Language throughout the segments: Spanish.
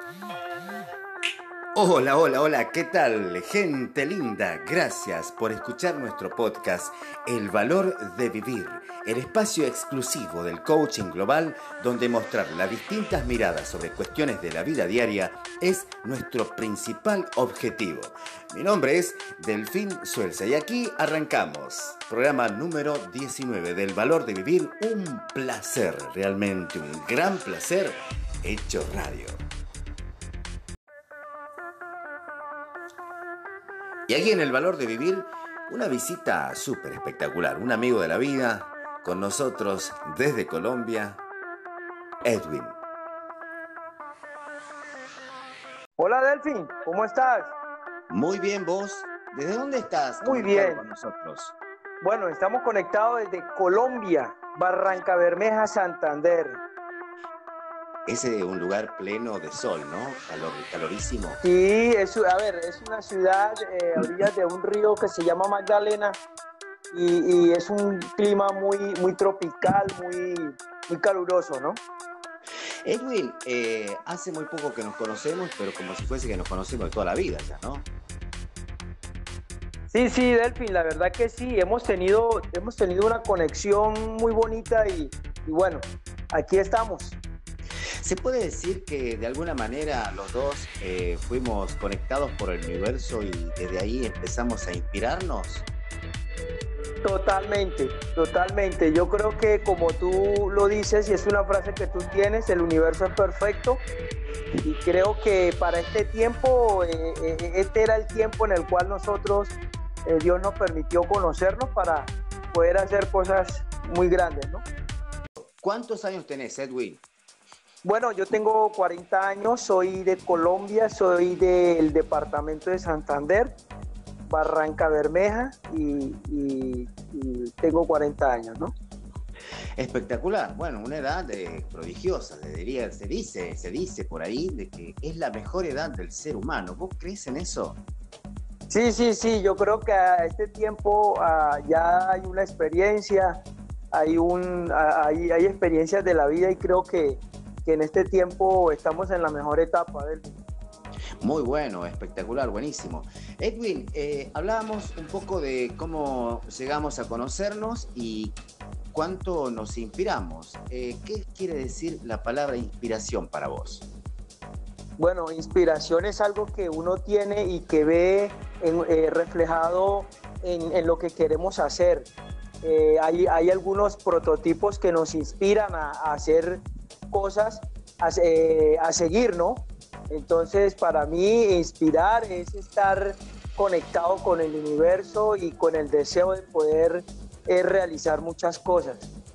Hola, hola, hola, ¿qué tal? Gente linda, gracias por escuchar nuestro podcast El Valor de Vivir, el espacio exclusivo del coaching global donde mostrar las distintas miradas sobre cuestiones de la vida diaria es nuestro principal objetivo. Mi nombre es Delfín Suelza y aquí arrancamos. Programa número 19 del Valor de Vivir, un placer, realmente un gran placer, hecho radio. Y aquí en El Valor de Vivir, una visita súper espectacular. Un amigo de la vida, con nosotros desde Colombia, Edwin. Hola Delfín, ¿cómo estás? Muy bien, vos. ¿Desde dónde estás Muy comunicado bien. con nosotros? Bueno, estamos conectados desde Colombia, Barranca Bermeja, Santander. Ese es un lugar pleno de sol, ¿no? Calorísimo. Sí, es una ciudad a orillas de un río que se llama Magdalena y es un clima muy tropical, muy caluroso, ¿no? Edwin, hace muy poco que nos conocemos, pero como si fuese que nos conocemos de toda la vida ya, ¿no? Sí, Delfín, la verdad que sí, hemos tenido una conexión muy bonita y bueno, aquí estamos. ¿Se puede decir que de alguna manera los dos fuimos conectados por el universo y desde ahí empezamos a inspirarnos? Totalmente, totalmente. Yo creo que como tú lo dices, y es una frase que tú tienes, el universo es perfecto. Y creo que para este tiempo, este era el tiempo en el cual Dios nos permitió conocernos para poder hacer cosas muy grandes, ¿no? ¿Cuántos años tenés, Edwin? Bueno, yo tengo 40 años, soy de Colombia, soy del departamento de Santander, Barranca Bermeja, y tengo 40 años, ¿no? Espectacular. Bueno, una edad prodigiosa. Se dice por ahí de que es la mejor edad del ser humano. ¿Vos crees en eso? Sí, yo creo que a este tiempo ya hay una experiencia, hay experiencias de la vida y creo que en este tiempo estamos en la mejor etapa del mundo. Muy bueno, espectacular, buenísimo. Edwin, hablábamos un poco de cómo llegamos a conocernos y cuánto nos inspiramos. ¿Qué quiere decir la palabra inspiración para vos? Bueno, inspiración es algo que uno tiene y que ve reflejado en lo que queremos hacer. Hay algunos prototipos que nos inspiran a hacer cosas, a seguir, ¿no? Entonces, para mí, inspirar es estar conectado con el universo y con el deseo de poder realizar muchas cosas.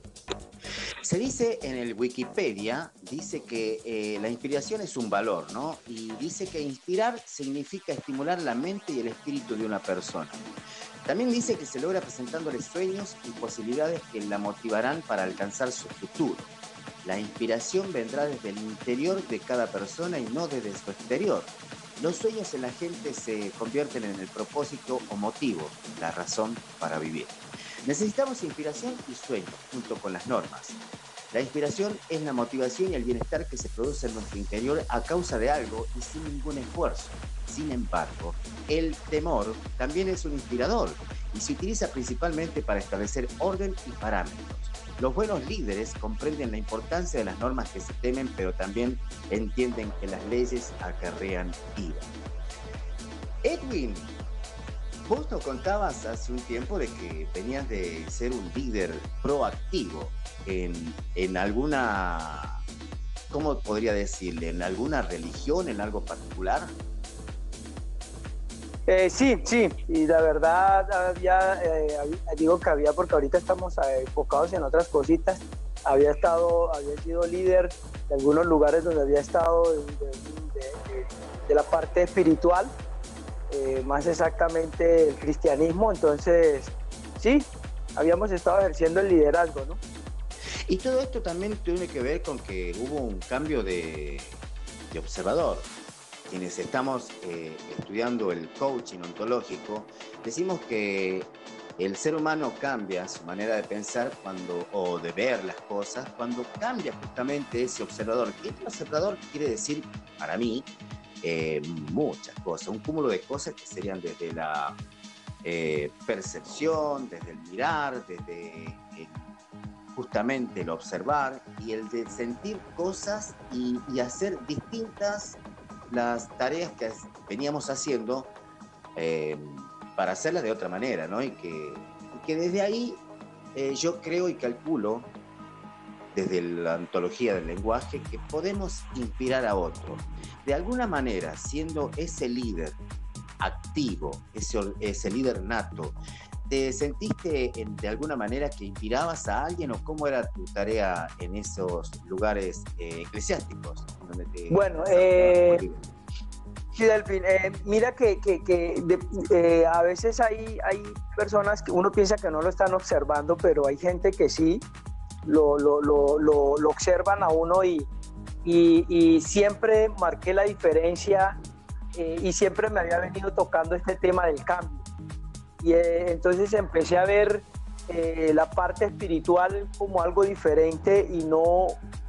Se dice en el Wikipedia, dice que la inspiración es un valor, ¿no? Y dice que inspirar significa estimular la mente y el espíritu de una persona. También dice que se logra presentándoles sueños y posibilidades que la motivarán para alcanzar su futuro. La inspiración vendrá desde el interior de cada persona y no desde su exterior. Los sueños en la gente se convierten en el propósito o motivo, la razón para vivir. Necesitamos inspiración y sueño, junto con las normas. La inspiración es la motivación y el bienestar que se produce en nuestro interior a causa de algo y sin ningún esfuerzo. Sin embargo, el temor también es un inspirador y se utiliza principalmente para establecer orden y parámetros. Los buenos líderes comprenden la importancia de las normas que se temen, pero también entienden que las leyes acarrean ira. Edwin, vos nos contabas hace un tiempo de que venías de ser un líder proactivo en alguna, ¿cómo podría decirle? ¿En alguna religión, en algo particular? Sí, y la verdad digo que había porque ahorita estamos enfocados en otras cositas. Había sido líder de algunos lugares donde había estado de la parte espiritual, más exactamente el cristianismo. Entonces, sí, habíamos estado ejerciendo el liderazgo, ¿no? Y todo esto también tiene que ver con que hubo un cambio de observador. Quienes estamos estudiando el coaching ontológico, decimos que el ser humano cambia su manera de pensar o de ver las cosas cuando cambia justamente ese observador. Que este observador quiere decir, para mí, muchas cosas, un cúmulo de cosas que serían desde la percepción, desde el mirar, desde justamente el observar y el de sentir cosas y hacer distintas las tareas que veníamos haciendo para hacerlas de otra manera, ¿no? Y que desde ahí yo creo y calculo, desde la ontología del lenguaje, que podemos inspirar a otro. De alguna manera, siendo ese líder activo, ese líder nato, ¿te sentiste de alguna manera que inspirabas a alguien o cómo era tu tarea en esos lugares eclesiásticos? Donde bueno, sí, Delfín, mira que a veces hay personas que uno piensa que no lo están observando, pero hay gente que sí lo observan a uno y siempre marqué la diferencia y siempre me había venido tocando este tema del cambio. Y entonces empecé a ver la parte espiritual como algo diferente y no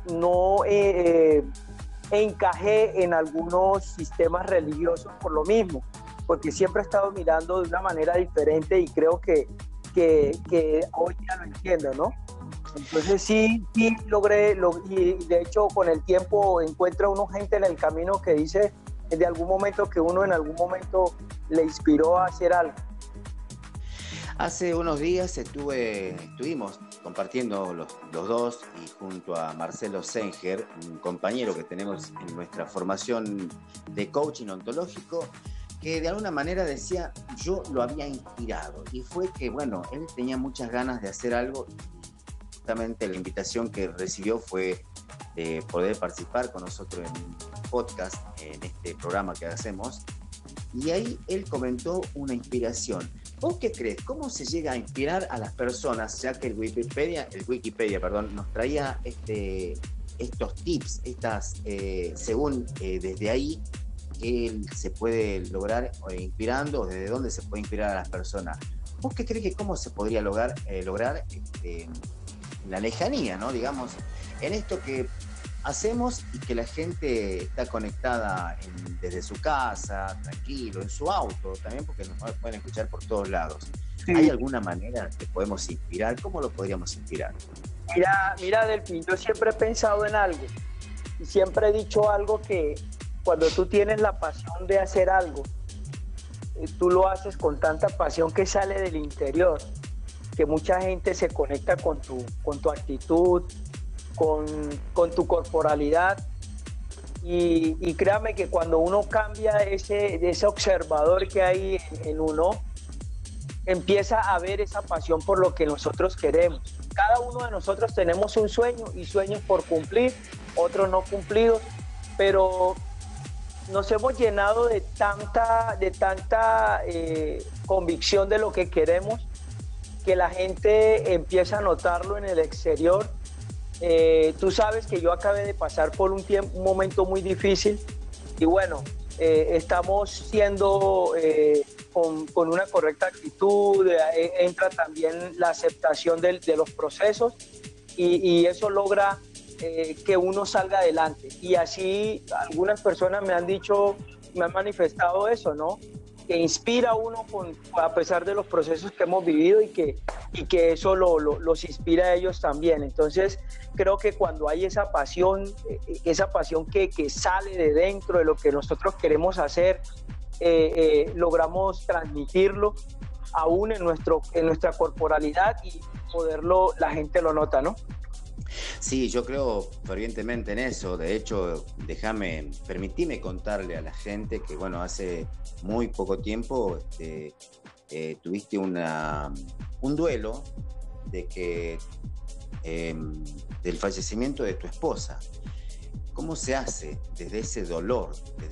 encajé en algunos sistemas religiosos por lo mismo, porque siempre he estado mirando de una manera diferente y creo que hoy ya lo entiendo, ¿no? Entonces sí logré, y de hecho con el tiempo encuentra uno gente en el camino que dice de algún momento que uno en algún momento le inspiró a hacer algo. Hace unos días estuvimos compartiendo los dos y junto a Marcelo Senger, un compañero que tenemos en nuestra formación de coaching ontológico, que de alguna manera decía, yo lo había inspirado. Y fue que, bueno, él tenía muchas ganas de hacer algo. Justamente la invitación que recibió fue de poder participar con nosotros en un podcast, en este programa que hacemos. Y ahí él comentó una inspiración. ¿Vos qué crees? ¿Cómo se llega a inspirar a las personas? Ya que el Wikipedia, nos traía estos tips, según desde ahí que él se puede lograr inspirando, o desde dónde se puede inspirar a las personas. ¿Vos qué crees que cómo se podría lograr la lejanía, ¿no? Digamos, en esto que hacemos y que la gente está conectada desde su casa, tranquilo, en su auto también, porque nos pueden escuchar por todos lados. Sí. ¿Hay alguna manera que podemos inspirar? ¿Cómo lo podríamos inspirar? Mira, Delfín, yo siempre he pensado en algo y siempre he dicho algo que cuando tú tienes la pasión de hacer algo, tú lo haces con tanta pasión que sale del interior, que mucha gente se conecta con tu actitud, con tu corporalidad y créame que cuando uno cambia ese observador que hay en uno, empieza a ver esa pasión por lo que nosotros queremos. Cada uno de nosotros tenemos un sueño y sueños por cumplir, otros no cumplidos, pero nos hemos llenado de tanta convicción de lo que queremos que la gente empieza a notarlo en el exterior. Tú sabes que yo acabé de pasar por un momento muy difícil y bueno, estamos siendo con una correcta actitud, entra también la aceptación de los procesos y eso logra que uno salga adelante. Y así algunas personas me han manifestado eso, ¿no? Que inspira a uno a pesar de los procesos que hemos vivido y que eso los inspira a ellos también. Entonces creo que cuando hay esa pasión que sale de dentro de lo que nosotros queremos hacer, logramos transmitirlo aún en nuestra corporalidad y la gente lo nota, ¿no? Sí, yo creo fervientemente en eso. De hecho, permitime contarle a la gente que, bueno, hace muy poco tiempo tuviste un duelo del fallecimiento de tu esposa. ¿Cómo se hace desde ese dolor,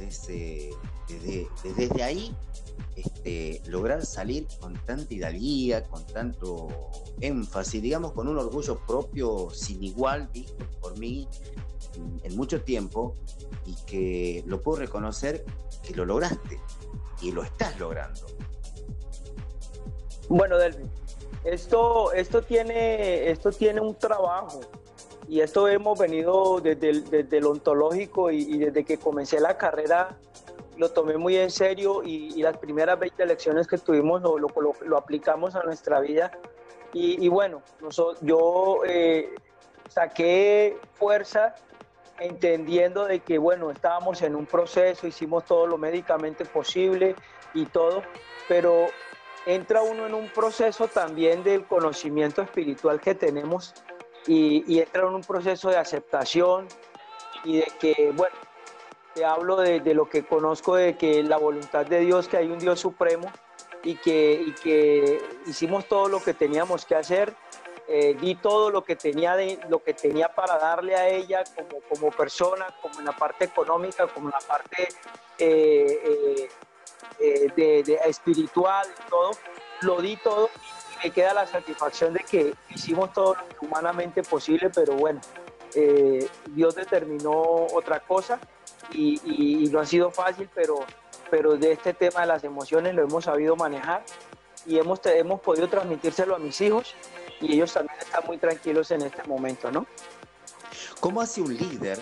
desde ahí, lograr salir con tanta hidalguía, con tanto énfasis, digamos, con un orgullo propio sin igual visto por mí en mucho tiempo, y que lo puedo reconocer que lo lograste y lo estás logrando? Bueno, Delvin, Esto tiene un trabajo, y esto hemos venido desde el ontológico, y desde que comencé la carrera lo tomé muy en serio, y las primeras 20 lecciones que tuvimos lo aplicamos a nuestra vida. Y bueno, yo saqué fuerza entendiendo de que, bueno, estábamos en un proceso, hicimos todo lo médicamente posible y todo, pero entra uno en un proceso también del conocimiento espiritual que tenemos, y entra en un proceso de aceptación, y de que, bueno, te hablo de lo que conozco, de que la voluntad de Dios, que hay un Dios supremo, y que hicimos todo lo que teníamos que hacer. Di todo lo que tenía para darle a ella, como persona, como en la parte económica, como en la parte eh, de espiritual, todo. Lo di todo, y me queda la satisfacción de que hicimos todo lo que humanamente posible, pero bueno, Dios determinó otra cosa, y no ha sido fácil, pero de este tema de las emociones lo hemos sabido manejar, y hemos podido transmitírselo a mis hijos, y ellos también están muy tranquilos en este momento, ¿no? ¿Cómo hace un líder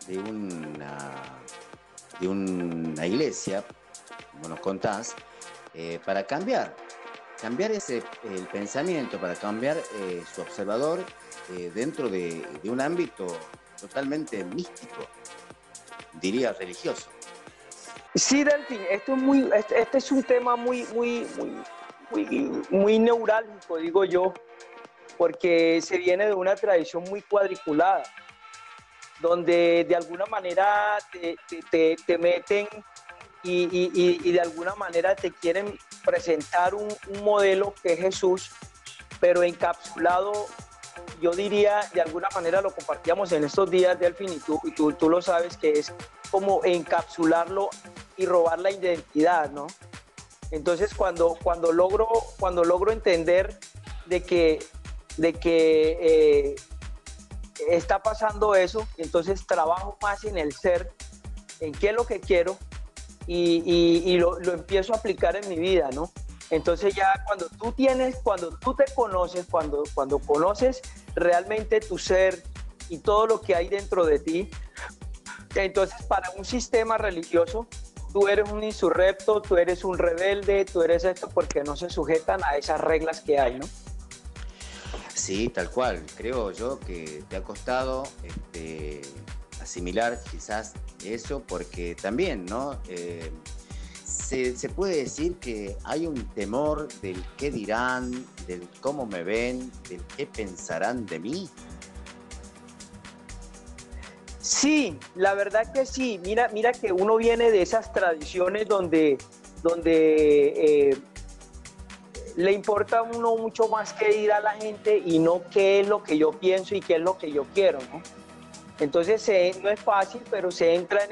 de una iglesia, como nos contás, para cambiar el pensamiento, para cambiar su observador dentro de un ámbito totalmente místico, diría religioso? Sí, Delfín, este es un tema muy neurálgico, digo yo, porque se viene de una tradición muy cuadriculada, donde de alguna manera te meten, y de alguna manera te quieren presentar un modelo que es Jesús, pero encapsulado. Yo diría, de alguna manera lo compartíamos en estos días, Delfín, y tú lo sabes, que es como encapsularlo y robar la identidad, ¿no? Entonces, cuando logro entender de que está pasando eso, entonces trabajo más en el ser, en qué es lo que quiero, y lo empiezo a aplicar en mi vida, ¿no? Entonces ya cuando tú te conoces, cuando conoces realmente tu ser y todo lo que hay dentro de ti, entonces para un sistema religioso, tú eres un insurrecto, tú eres un rebelde, tú eres esto, porque no se sujetan a esas reglas que hay, ¿no? Sí, tal cual. Creo yo que te ha costado asimilar quizás eso, porque también, ¿no? Se puede decir que hay un temor del qué dirán, del cómo me ven, del qué pensarán de mí. Sí, la verdad que sí. Mira que uno viene de esas tradiciones donde le importa a uno mucho más qué dirá la gente, y no qué es lo que yo pienso y qué es lo que yo quiero, ¿no? Entonces no es fácil, pero se entra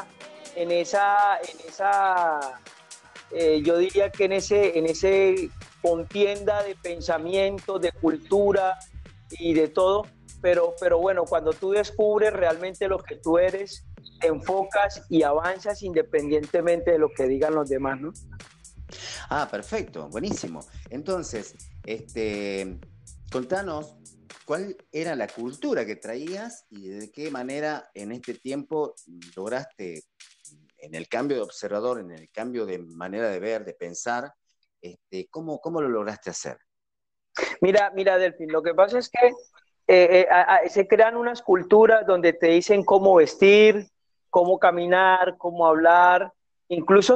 yo diría que en ese contienda de pensamiento, de cultura y de todo, pero bueno, cuando tú descubres realmente lo que tú eres, te enfocas y avanzas independientemente de lo que digan los demás, ¿no? Ah, perfecto, buenísimo. Entonces, contanos cuál era la cultura que traías y de qué manera en este tiempo lograste, en el cambio de observador, en el cambio de manera de ver, de pensar, ¿cómo lo lograste hacer? Mira, Delfín, lo que pasa es que se crean unas culturas donde te dicen cómo vestir, cómo caminar, cómo hablar, incluso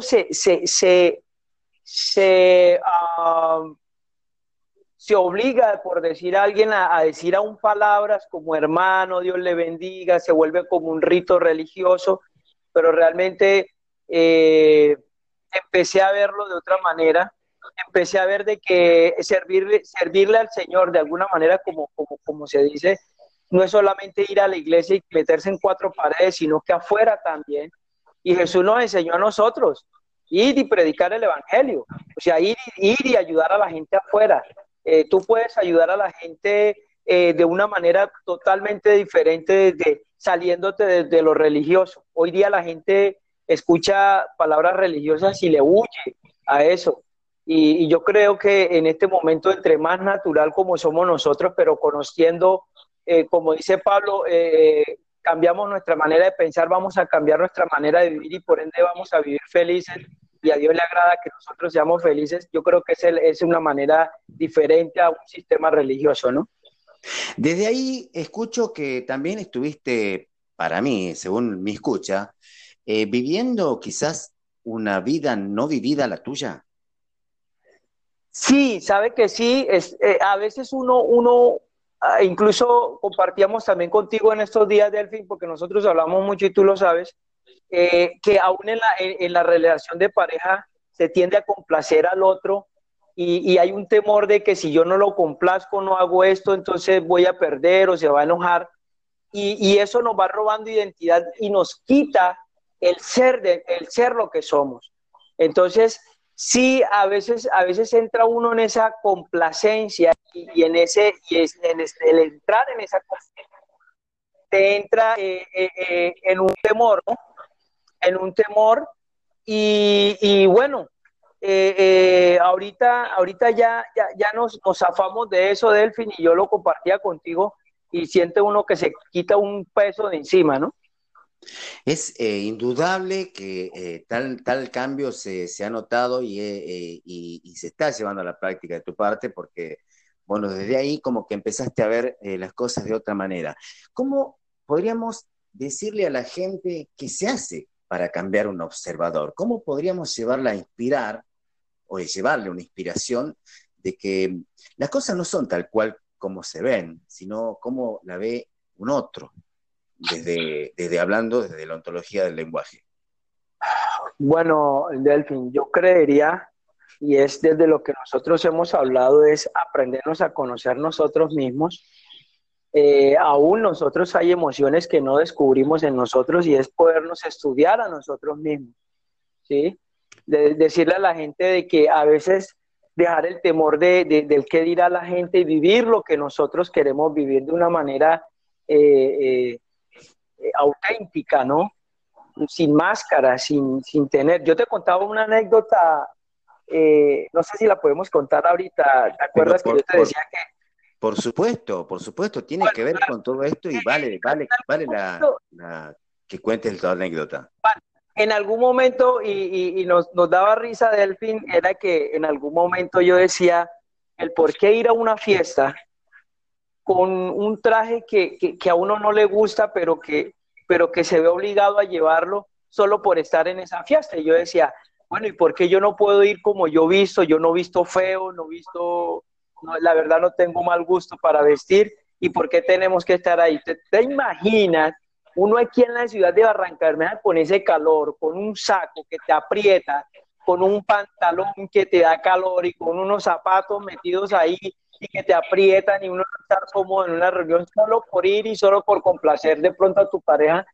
se, ah, se obliga, por decir a alguien, a decir aún palabras como hermano, Dios le bendiga, se vuelve como un rito religioso, pero realmente eh, empecé a verlo de otra manera. Empecé a ver de que servirle al Señor de alguna manera, como se dice, no es solamente ir a la iglesia y meterse en cuatro paredes, sino que afuera también. Y Jesús nos enseñó a nosotros ir y predicar el evangelio, o sea, ir y ayudar a la gente afuera. Tú puedes ayudar a la gente de una manera totalmente diferente, saliéndote de lo religioso. Hoy día la gente escucha palabras religiosas y le huye a eso. Y yo creo que en este momento, entre más natural como somos nosotros, pero conociendo, como dice Pablo, cambiamos nuestra manera de pensar, vamos a cambiar nuestra manera de vivir y por ende vamos a vivir felices y a Dios le agrada que nosotros seamos felices. Yo creo que es una manera diferente a un sistema religioso, ¿no? Desde ahí escucho que también estuviste, para mí, según mi escucha, viviendo quizás una vida no vivida la tuya. Sí, sabe que sí, a veces incluso compartíamos también contigo en estos días, Delphi, porque nosotros hablamos mucho y tú lo sabes, que aún en la relación de pareja se tiende a complacer al otro y hay un temor de que si yo no lo complazco, no hago esto, entonces voy a perder o se va a enojar y eso nos va robando identidad y nos quita el ser lo que somos. Entonces, sí, a veces entra uno en esa complacencia el entrar en esa complacencia te entra en un temor, ¿no? En un temor y bueno, ahorita ya nos zafamos de eso, Delfín, y yo lo compartía contigo y siente uno que se quita un peso de encima, ¿no? Es indudable que tal cambio se ha notado y se está llevando a la práctica de tu parte porque, bueno, desde ahí como que empezaste a ver las cosas de otra manera. ¿Cómo podríamos decirle a la gente qué se hace para cambiar un observador? ¿Cómo podríamos llevarla a inspirar o llevarle una inspiración de que las cosas no son tal cual como se ven, sino como la ve un otro? Desde hablando desde la ontología del lenguaje. Bueno, Delfín, yo creería, y es desde lo que nosotros hemos hablado, es aprendernos a conocer nosotros mismos. Aún nosotros hay emociones que no descubrimos en nosotros y es podernos estudiar a nosotros mismos, ¿sí? Decirle a la gente de que a veces dejar el temor del qué dirá la gente y vivir lo que nosotros queremos vivir de una manera eh, auténtica, ¿no? Sin máscara, sin tener. Yo te contaba una anécdota, no sé si la podemos contar ahorita. ¿Te Pero acuerdas que yo te decía que, por supuesto, tiene bueno, que ver con todo esto y vale que cuentes tu anécdota. en algún momento, y nos daba risa Delfín, era que en algún momento yo decía el por qué ir a una fiesta con un traje que a uno no le gusta, pero que se ve obligado a llevarlo solo por estar en esa fiesta. Y yo decía, bueno, ¿y por qué yo no puedo ir como yo visto? Yo no visto feo, no visto, no, la verdad no tengo mal gusto para vestir. ¿Y por qué tenemos que estar ahí? ¿Te imaginas uno aquí en la ciudad de Barranca con ese calor, con un saco que te aprieta, con un pantalón que te da calor y con unos zapatos metidos ahí y que te aprietan y uno no estar cómodo en una reunión solo por ir y solo por complacer de pronto a tu pareja,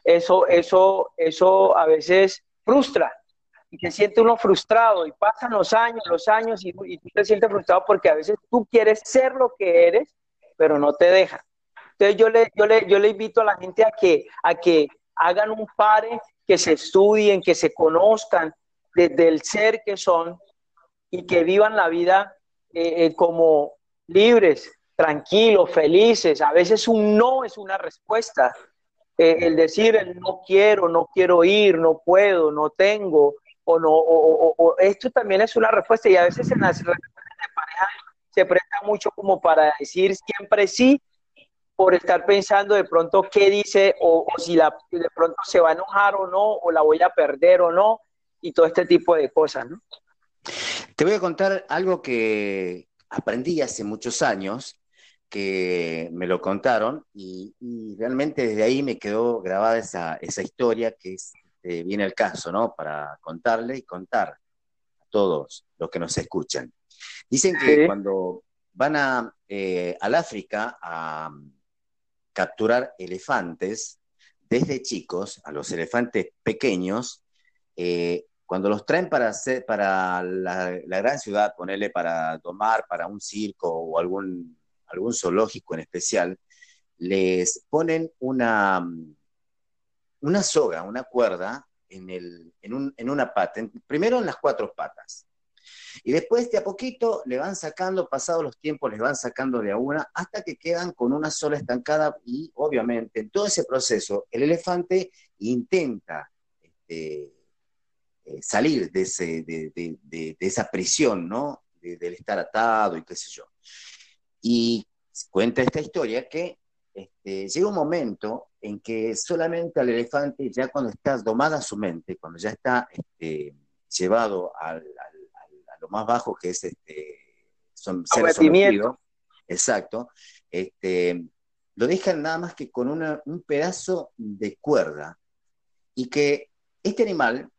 eso a veces frustra y se siente uno frustrado y pasan los años y tú te sientes frustrado porque a veces tú quieres ser lo que eres, pero no te dejan. Entonces yo le invito a la gente a que hagan un pare, que se estudien, que se conozcan desde el ser que son y que vivan la vida como libres, tranquilos, felices. A veces un no es una respuesta. El decir el no quiero ir, no puedo, no tengo, o esto también es una respuesta y a veces en las relaciones de pareja se presta mucho como para decir siempre sí por estar pensando de pronto qué dice o si de pronto se va a enojar o no, o la voy a perder o no, y todo este tipo de cosas, ¿no? Te voy a contar algo que aprendí hace muchos años, que me lo contaron y realmente desde ahí me quedó grabada esa historia que viene al caso, ¿no? Para contarle y contar a todos los que nos escuchan. Dicen que Sí. cuando van al África a capturar elefantes, desde chicos, a los elefantes pequeños, cuando los traen para la gran ciudad, ponerle para domar, para un circo o algún zoológico en especial, les ponen una soga, una cuerda en una pata, primero en las cuatro patas. Y después de a poquito le van sacando, pasados los tiempos, les van sacando de a una, hasta que quedan con una sola estancada y obviamente en todo ese proceso el elefante intenta salir de esa prisión, ¿no? Del estar atado y qué sé yo. Y cuenta esta historia que llega un momento en que solamente al elefante, ya cuando está domada su mente, cuando ya está llevado a lo más bajo, que es ser Sometimiento. sometido, exacto, lo dejan nada más que con un pedazo de cuerda, y que este animal,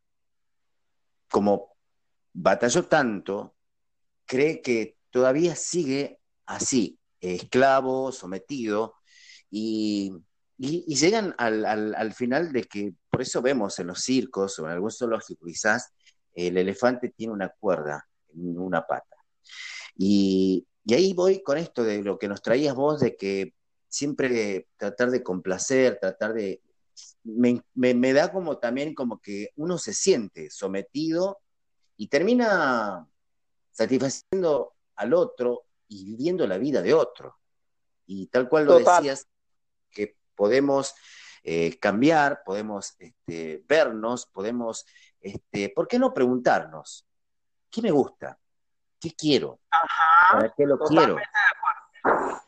como batalló tanto, cree que todavía sigue así, esclavo, sometido, y, y llegan al final de que, por eso vemos en los circos o en algún zoológico quizás, el elefante tiene una cuerda en una pata. Y ahí voy con esto de lo que nos traías vos, de que siempre tratar de complacer, tratar de... Me da como también como que uno se siente sometido y termina satisfaciendo al otro y viviendo la vida de otro. Y tal cual lo Total. decías, que podemos cambiar, podemos vernos, podemos, ¿por qué no preguntarnos? ¿Qué me gusta? ¿Qué quiero? Ajá, ¿Para qué lo quiero? totalmente de acuerdo.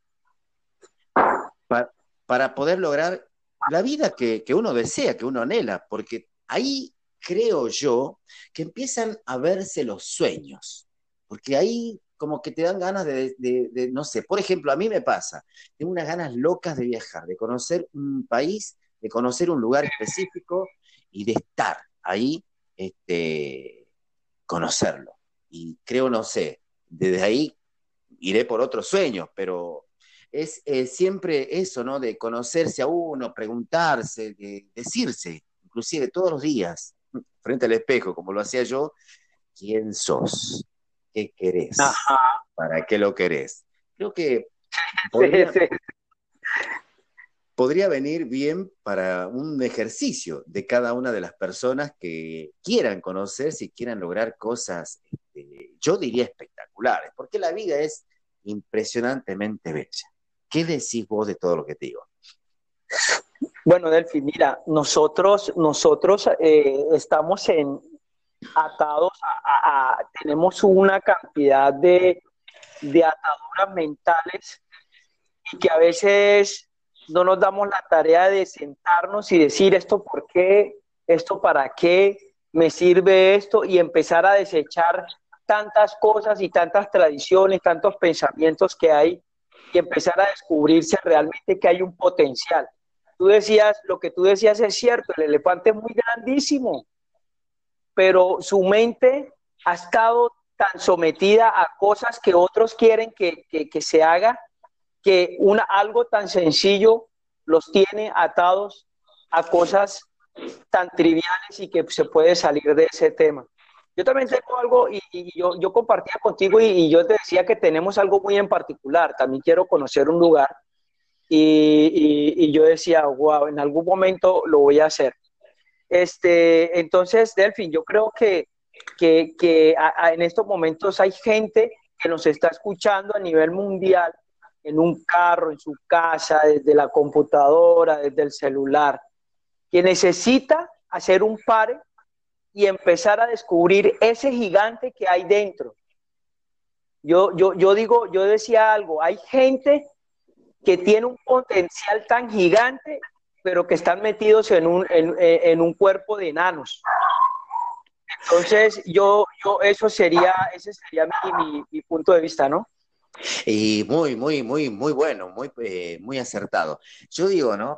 Pa- para poder lograr la vida que uno desea, que uno anhela, porque ahí creo yo que empiezan a verse los sueños, porque ahí como que te dan ganas no sé, por ejemplo, a mí me pasa, tengo unas ganas locas de viajar, de conocer un país, de conocer un lugar específico y de estar ahí, conocerlo. Y creo, no sé, desde ahí iré por otros sueños, pero es siempre eso, ¿no? De conocerse a uno, preguntarse, de decirse, inclusive todos los días, frente al espejo, como lo hacía yo, ¿quién sos? ¿Qué querés? Ajá, ¿Para qué lo querés? Creo que sí, podría, sí. podría venir bien para un ejercicio de cada una de las personas que quieran conocerse y quieran lograr cosas, yo diría espectaculares, porque la vida es impresionantemente bella. ¿Qué decís vos de todo lo que te digo? Bueno, Delphi, mira, nosotros estamos atados tenemos una cantidad de ataduras mentales y que a veces no nos damos la tarea de sentarnos y decir esto por qué, esto para qué, me sirve esto y empezar a desechar tantas cosas y tantas tradiciones, tantos pensamientos que hay y empezar a descubrirse realmente que hay un potencial. Tú decías, lo que tú decías es cierto, el elefante es muy grandísimo, pero su mente ha estado tan sometida a cosas que otros quieren que se haga que algo tan sencillo los tiene atados a cosas tan triviales y que se puede salir de ese tema. Yo también tengo algo y yo compartía contigo y yo te decía que tenemos algo muy en particular. También quiero conocer un lugar y yo decía, wow, en algún momento lo voy a hacer. Entonces, Delfín, yo creo que en estos momentos hay gente que nos está escuchando a nivel mundial, en un carro, en su casa, desde la computadora, desde el celular, que necesita hacer un pare y empezar a descubrir ese gigante que hay dentro. Yo decía algo, hay gente que tiene un potencial tan gigante, pero que están metidos en un cuerpo de enanos. Entonces, ese sería mi punto de vista, ¿no? Y muy bueno, muy acertado. Yo digo, ¿no?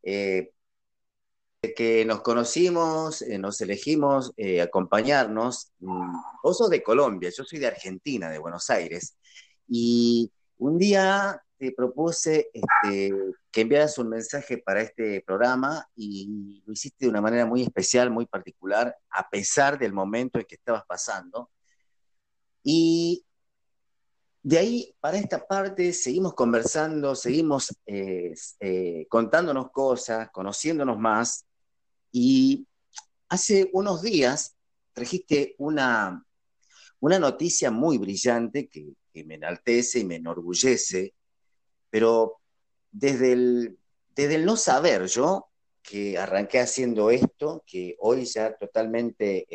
Que nos conocimos, nos elegimos acompañarnos. Vos sos de Colombia, yo soy de Argentina, de Buenos Aires, y un día te propuse que enviaras un mensaje para este programa y lo hiciste de una manera muy especial, muy particular, a pesar del momento en que estabas pasando. Y de ahí para esta parte seguimos conversando, seguimos contándonos cosas, conociéndonos más. Y hace unos días trajiste una noticia muy brillante que me enaltece y me enorgullece, pero desde desde el no saber yo, que arranqué haciendo esto, que hoy ya totalmente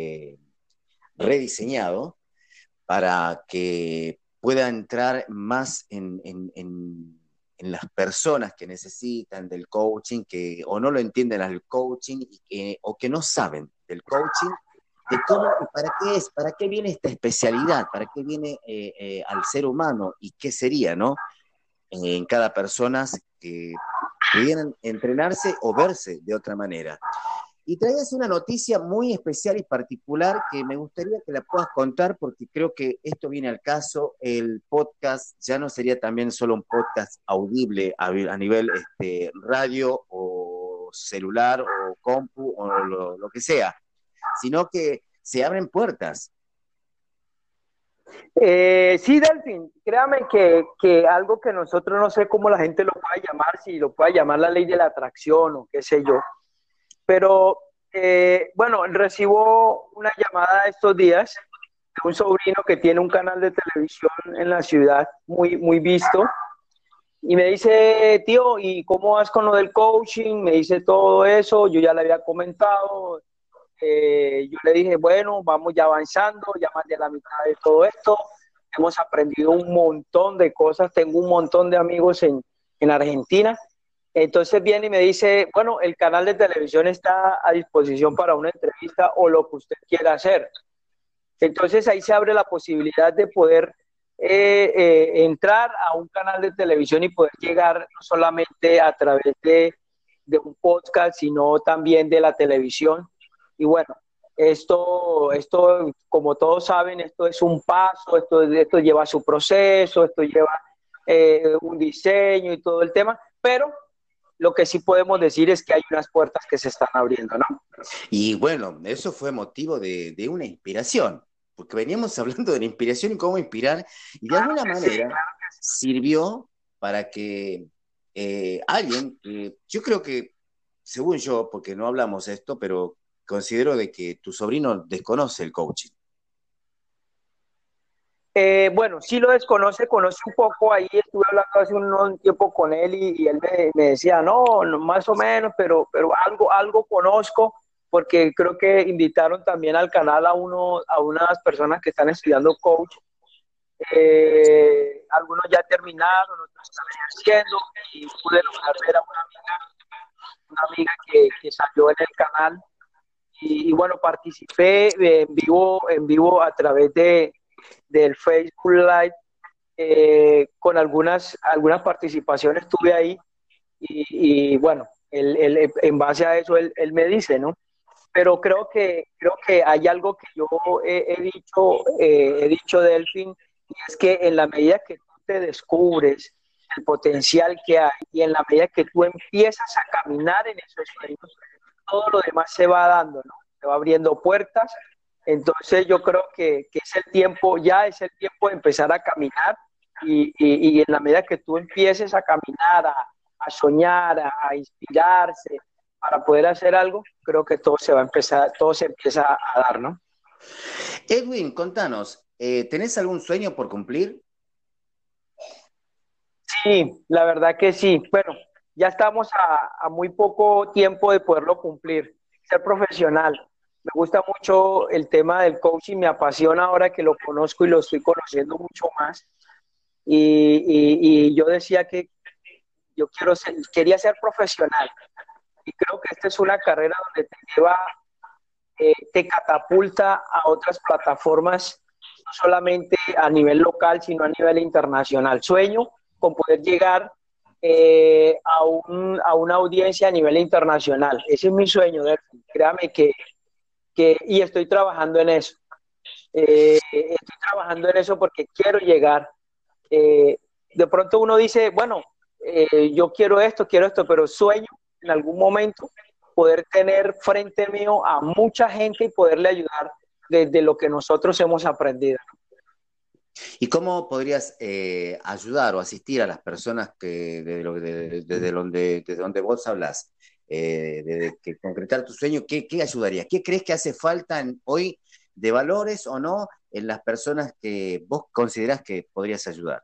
rediseñado, para que pueda entrar más en las personas que necesitan del coaching, que o no lo entienden al coaching o que no saben del coaching, de cómo y para qué es, para qué viene esta especialidad, para qué viene al ser humano y qué sería, ¿no? En cada persona que pudieran entrenarse o verse de otra manera. Y traías una noticia muy especial y particular que me gustaría que la puedas contar porque creo que esto viene al caso. El podcast ya no sería también solo un podcast audible a nivel radio o celular o compu o lo que sea, sino que se abren puertas. Sí, Delfín, créame que algo que nosotros no sé cómo la gente lo puede llamar, si lo puede llamar la ley de la atracción o qué sé yo, pero bueno, recibo una llamada estos días de un sobrino que tiene un canal de televisión en la ciudad muy visto y me dice, tío, ¿y cómo vas con lo del coaching? Me dice todo eso, yo ya le había comentado, yo le dije, bueno, vamos ya avanzando, ya más de la mitad de todo esto, hemos aprendido un montón de cosas, tengo un montón de amigos en Argentina, entonces viene y me dice, bueno, el canal de televisión está a disposición para una entrevista o lo que usted quiera hacer. Entonces ahí se abre la posibilidad de poder entrar a un canal de televisión y poder llegar no solamente a través de un podcast, sino también de la televisión. Y bueno, esto, como todos saben, esto es un paso, esto lleva su proceso, esto lleva un diseño y todo el tema, pero lo que sí podemos decir es que hay unas puertas que se están abriendo, ¿no? Y bueno, eso fue motivo de una inspiración, porque veníamos hablando de la inspiración y cómo inspirar, y de alguna manera sirvió para que alguien, yo creo que, según yo, porque no hablamos esto, pero considero de que tu sobrino desconoce el coaching. Bueno, sí lo desconoce, conoce un poco, ahí estuve hablando hace un tiempo con él y él me decía, no, no, más o menos, pero algo conozco, porque creo que invitaron también al canal a unas personas que están estudiando coach, algunos ya terminaron, otros están ejerciendo, y pude lograr ver a una amiga que salió en el canal, y bueno, participé en vivo a través del Facebook Live, con algunas participaciones tuve ahí y bueno, en base a eso él me dice, ¿no? Pero creo que hay algo que yo he dicho Delfín, y es que en la medida que tú te descubres el potencial que hay y en la medida que tú empiezas a caminar en esos sueños, todo lo demás se va dando, ¿no? Se va abriendo puertas. Entonces yo creo que es el tiempo, ya es el tiempo de empezar a caminar y en la medida que tú empieces a caminar, a soñar, a inspirarse para poder hacer algo, creo que todo se va a empezar, todo se empieza a dar, ¿no? Edwin, contanos, ¿tenés algún sueño por cumplir? Sí, la verdad que sí. Bueno, ya estamos a muy poco tiempo de poderlo cumplir, ser profesional. Me gusta mucho el tema del coaching, me apasiona ahora que lo conozco y lo estoy conociendo mucho más. Y yo decía que quería ser profesional. Y creo que esta es una carrera donde te lleva, te catapulta a otras plataformas, no solamente a nivel local, sino a nivel internacional. Sueño con poder llegar a una audiencia a nivel internacional. Ese es mi sueño, Delphi. Créame y estoy trabajando en eso. Estoy trabajando en eso porque quiero llegar. De pronto uno dice, bueno, yo quiero esto, pero sueño en algún momento poder tener frente mío a mucha gente y poderle ayudar desde lo que nosotros hemos aprendido. ¿Y cómo podrías ayudar o asistir a las personas que desde donde vos hablas, de que concretar tu sueño? ¿Qué ayudaría? ¿Qué crees que hace falta hoy de valores o no en las personas que vos considerás que podrías ayudar?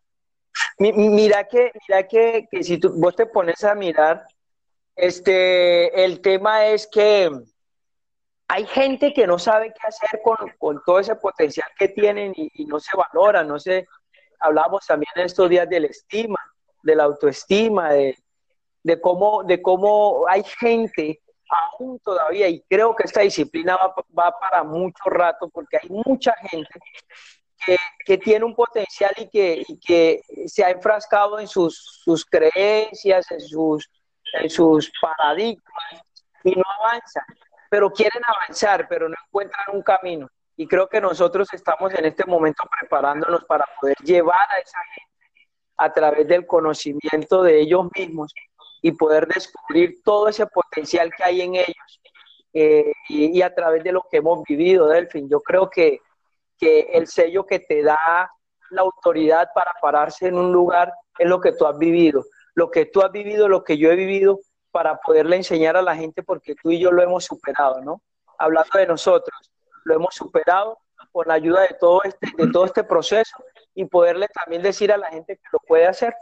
Mira que si vos te pones a mirar, el tema es que hay gente que no sabe qué hacer con todo ese potencial que tienen y no se valora, no se, hablamos también en estos días de la estima, de la autoestima, de cómo hay gente aún todavía, y creo que esta disciplina va para mucho rato, porque hay mucha gente que tiene un potencial y que se ha enfrascado en sus creencias, en sus paradigmas y no avanza, pero quieren avanzar, pero no encuentran un camino. Y creo que nosotros estamos en este momento preparándonos para poder llevar a esa gente a través del conocimiento de ellos mismos y poder descubrir todo ese potencial que hay en ellos, y a través de lo que hemos vivido, Delfín. Yo creo que el sello que te da la autoridad para pararse en un lugar es lo que tú has vivido. Lo que tú has vivido, lo que yo he vivido, para poderle enseñar a la gente, porque tú y yo lo hemos superado, ¿no? Hablando de nosotros, lo hemos superado con la ayuda de todo este proceso, y poderle también decir a la gente que lo puede hacer.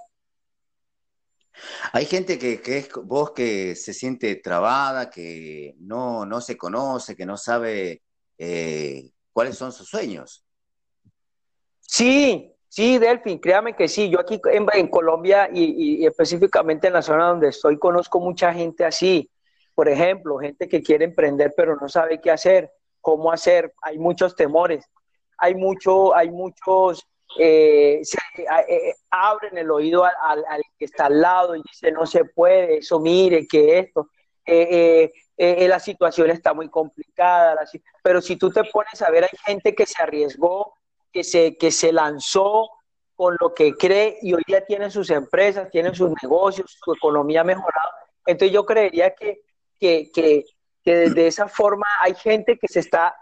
Hay gente que es vos que se siente trabada, que no se conoce, que no sabe cuáles son sus sueños. Sí, sí, Delfín, créame que sí. Yo aquí en Colombia y específicamente en la zona donde estoy, conozco mucha gente así. Por ejemplo, gente que quiere emprender pero no sabe qué hacer, cómo hacer. Hay muchos temores, hay muchos, abren el oído al que está al lado y dice no se puede, eso mire, que esto. La situación está muy complicada, pero si tú te pones a ver, hay gente que se arriesgó, que se lanzó con lo que cree, y hoy día tienen sus empresas, tienen sus negocios, su economía ha mejorado. Entonces yo creería que, que, que desde esa forma hay gente que se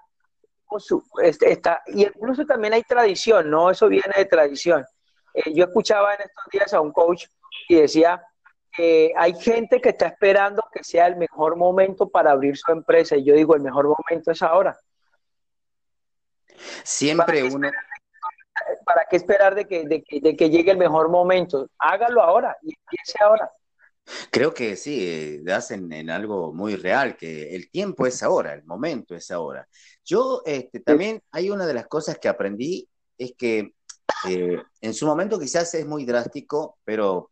está, y incluso también hay tradición, ¿no? Eso viene de tradición. Yo escuchaba en estos días a un coach y decía, hay gente que está esperando que sea el mejor momento para abrir su empresa, y yo digo, el mejor momento es ahora. ¿Para Siempre qué uno, ¿Para qué esperar de que llegue el mejor momento? Hágalo ahora y empiece ahora. creo que sí, das en algo muy real, que el tiempo es ahora, el momento es ahora. Yo también hay una de las cosas que aprendí, es que en su momento quizás es muy drástico, pero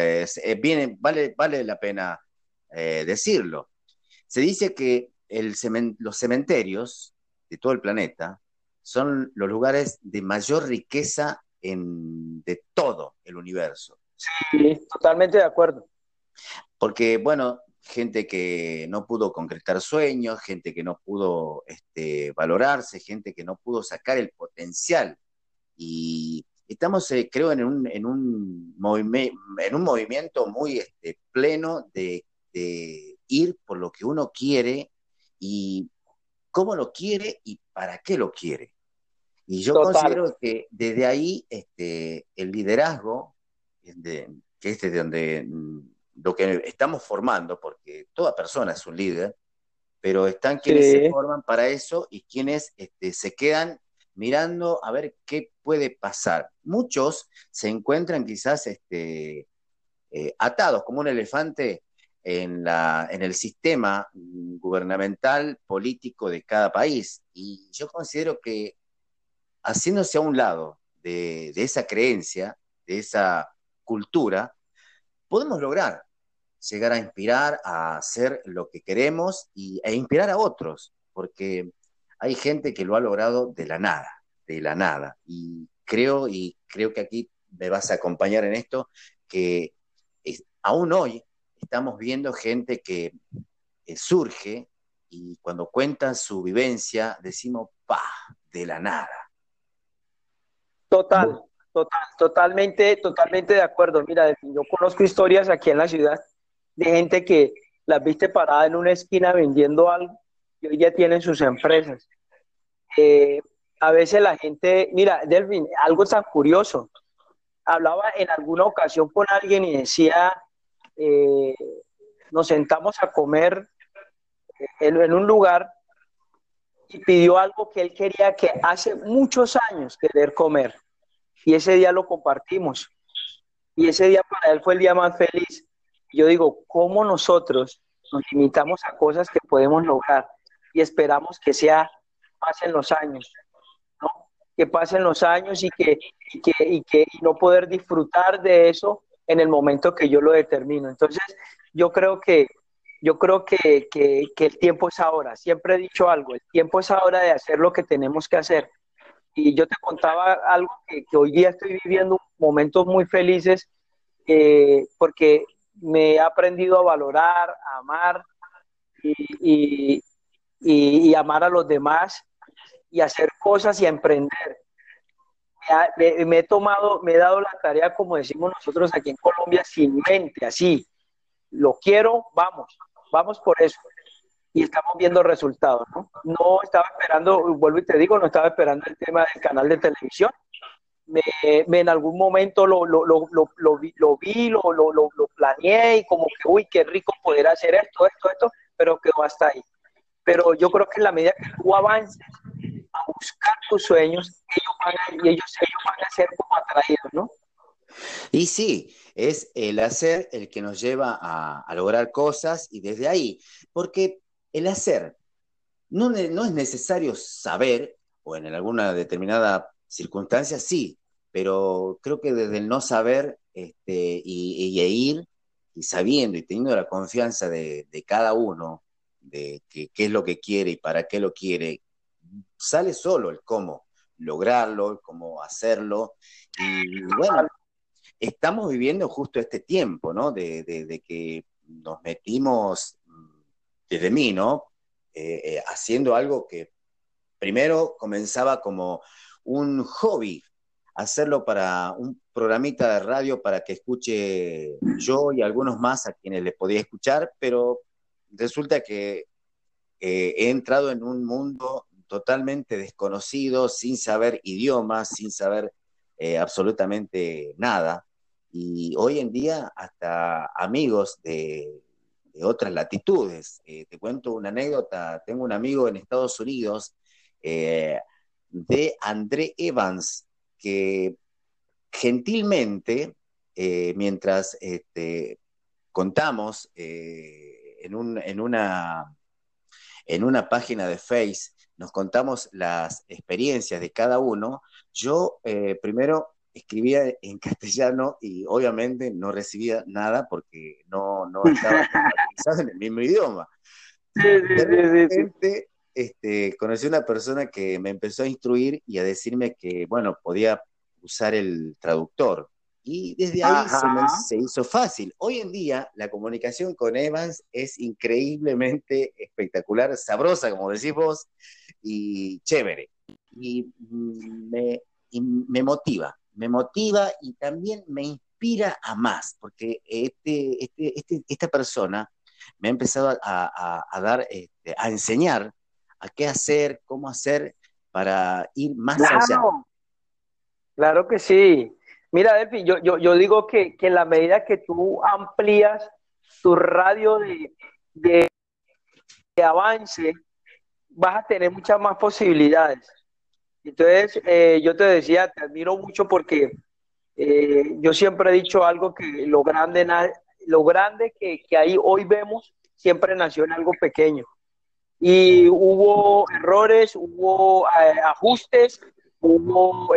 vale la pena decirlo. Se dice que los cementerios de todo el planeta son los lugares de mayor riqueza de todo el universo. Sí, totalmente de acuerdo. Porque, bueno, gente que no pudo concretar sueños, gente que no pudo valorarse, gente que no pudo sacar el potencial. Y estamos, creo, en un movimiento muy pleno de ir por lo que uno quiere y cómo lo quiere y para qué lo quiere. Y yo Total. considero que desde ahí el liderazgo, que es de donde lo que estamos formando, porque toda persona es un líder, pero están quienes se Sí, forman para eso y quienes se quedan mirando a ver qué puede pasar. Muchos se encuentran quizás atados como un elefante en el sistema gubernamental político de cada país. Y yo considero que haciéndose a un lado de esa creencia, de esa cultura, podemos lograr llegar a inspirar, a hacer lo que queremos e inspirar a otros, porque hay gente que lo ha logrado de la nada, de la nada. Y creo que aquí me vas a acompañar en esto, que aún hoy estamos viendo gente que surge y cuando cuentan su vivencia decimos, pa, de la nada. total, totalmente de acuerdo. Mira, yo conozco historias aquí en la ciudad de gente que las viste parada en una esquina vendiendo algo y hoy ya tienen sus empresas. Eh, a veces la gente, mira, Delvin, algo tan curioso. Hablaba en alguna ocasión con alguien y decía, eh, nos sentamos a comer en un lugar, y pidió algo que él quería, que hace muchos años querer comer. Y ese día lo compartimos. Y ese día para él fue el día más feliz. Yo digo, ¿cómo nosotros nos limitamos a cosas que podemos lograr y esperamos que sea, pasen los años, ¿no? Que pasen los años y no poder disfrutar de eso en el momento que yo lo determino. Entonces, yo creo que, que el tiempo es ahora. Siempre he dicho algo, el tiempo es ahora de hacer lo que tenemos que hacer. Y yo te contaba algo que hoy día estoy viviendo momentos muy felices porque me he aprendido a valorar, a amar y, y amar a los demás y hacer cosas y a emprender. Me he tomado, me he dado la tarea, como decimos nosotros aquí en Colombia, sin mente, así. Lo quiero, vamos, vamos por eso. Y estamos viendo resultados, ¿no? No estaba esperando, vuelvo y te digo, no estaba esperando el tema del canal de televisión. En algún momento lo planeé y como que, uy, qué rico poder hacer esto, pero quedó hasta ahí. Pero yo creo que en la medida que tú avances a buscar tus sueños, ellos van a ser como atraídos, ¿no? Y sí, es el hacer el que nos lleva a lograr cosas y desde ahí, porque el hacer no es necesario saber, o en alguna determinada circunstancia sí, pero creo que desde el no saber e ir y sabiendo y teniendo la confianza de cada uno, de qué es lo que quiere y para qué lo quiere, sale solo el cómo lograrlo, el cómo hacerlo. Y bueno, estamos viviendo justo este tiempo, ¿no? De que nos metimos, desde mí, ¿no? Haciendo algo que primero comenzaba como un hobby, hacerlo para un programita de radio para que escuche yo y algunos más a quienes les podía escuchar, pero resulta que he entrado en un mundo totalmente desconocido, sin saber idiomas, sin saber absolutamente nada. Y hoy en día hasta amigos de otras latitudes. Te cuento una anécdota, tengo un amigo en Estados Unidos, eh, de André Evans, que gentilmente, mientras contamos en una página de Face, nos contamos las experiencias de cada uno, yo primero escribía en castellano y obviamente no recibía nada porque no estaba compatibilizado en el mismo idioma. Sí, De sí, sí, sí. repente conocí una persona que me empezó a instruir y a decirme que, bueno, podía usar el traductor. Y desde ahí Ajá. se hizo fácil. Hoy en día la comunicación con Evans es increíblemente espectacular, sabrosa, como decís vos, y chévere. Y me motiva y también me inspira a más, porque esta persona me ha empezado a dar, a enseñar a qué hacer, cómo hacer para ir más allá. Claro, claro que sí. Mira, Delphi, yo digo que en la medida que tú amplías tu radio de avance, vas a tener muchas más posibilidades. Entonces, yo te decía, te admiro mucho porque yo siempre he dicho algo que lo grande que ahí hoy vemos siempre nació en algo pequeño. Y hubo errores, hubo ajustes, hubo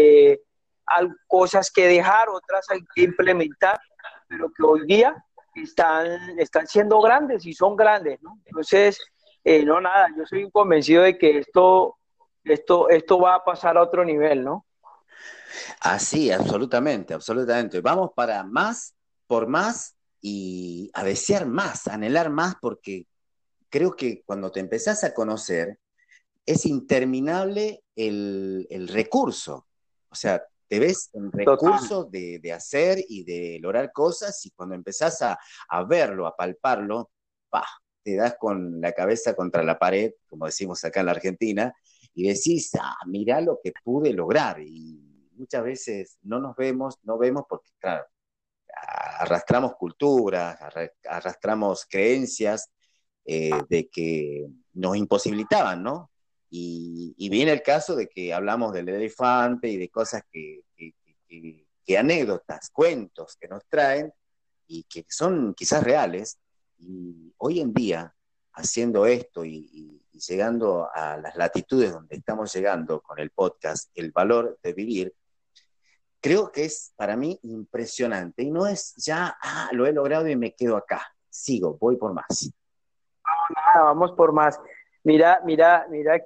cosas que dejar, otras hay que implementar, pero que hoy día están siendo grandes y son grandes, ¿no? Entonces, no, nada, yo soy convencido de que esto va a pasar a otro nivel, ¿no? Así, absolutamente, absolutamente. Vamos para más, por más y a desear más, a anhelar más, porque creo que cuando te empezás a conocer, es interminable el recurso. O sea, te ves en Total. recursos de hacer y de lograr cosas y cuando empezás a verlo, a palparlo, ¡pah! Te das con la cabeza contra la pared, como decimos acá en la Argentina, y decís, mirá lo que pude lograr. Y muchas veces no nos vemos, no vemos porque, claro, arrastramos culturas, arrastramos creencias de que nos imposibilitaban, ¿no? Y viene el caso de que hablamos del elefante y de cosas que anécdotas, cuentos que nos traen y que son quizás reales. Y hoy en día, haciendo esto y llegando a las latitudes donde estamos llegando con el podcast, El Valor de Vivir, creo que es para mí impresionante. Y no es ya, lo he logrado y me quedo acá. Sigo, voy por más. Vamos por más. Mira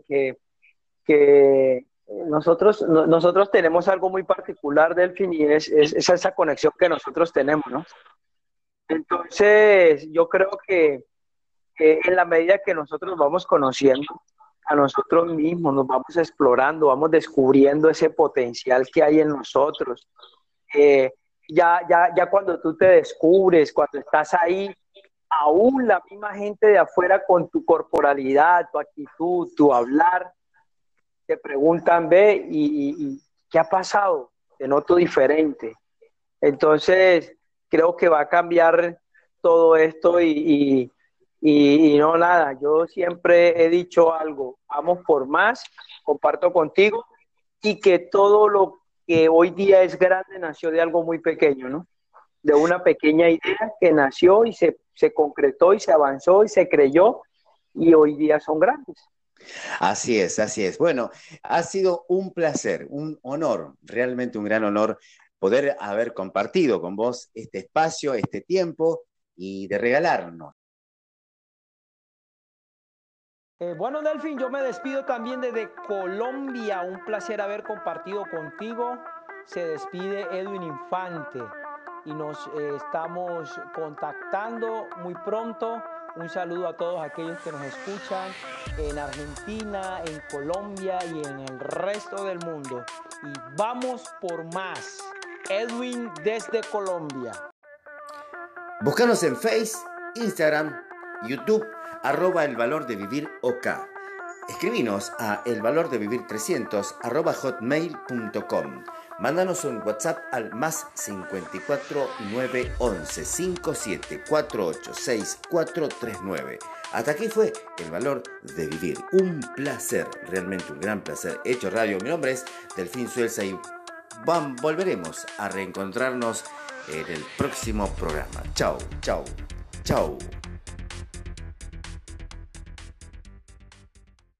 que nosotros tenemos algo muy particular, Delfín, y es esa conexión que nosotros tenemos, ¿no? Entonces, yo creo que en la medida que nosotros vamos conociendo a nosotros mismos, nos vamos explorando, vamos descubriendo ese potencial que hay en nosotros. Eh, ya cuando tú te descubres, cuando estás ahí, aún la misma gente de afuera con tu corporalidad, tu actitud, tu hablar, te preguntan, ve, ¿y qué ha pasado? Te noto diferente. Entonces, creo que va a cambiar todo esto y no nada. Yo siempre he dicho algo, vamos por más, comparto contigo, y que todo lo que hoy día es grande nació de algo muy pequeño, ¿no? De una pequeña idea que nació y se concretó y se avanzó y se creyó y hoy día son grandes. Así es, así es. Bueno, ha sido un placer, un honor, realmente un gran honor poder haber compartido con vos este espacio, este tiempo y de regalarnos. Bueno, Delfín, yo me despido también desde Colombia. Un placer haber compartido contigo. Se despide Edwin Infante y nos estamos contactando muy pronto. Un saludo a todos aquellos que nos escuchan en Argentina, en Colombia y en el resto del mundo. Y vamos por más. Edwin desde Colombia. Búscanos en Face, Instagram, YouTube, @El Valor de Vivir OK. Escribinos a elvalordevivir300 @hotmail.com. Mándanos un WhatsApp al +54 911 57 48 6439. Hasta aquí fue El Valor de Vivir. Un placer, realmente un gran placer. Hecho Radio. Mi nombre es Delfín Suelza y volveremos a reencontrarnos en el próximo programa. Chau, chau, chau.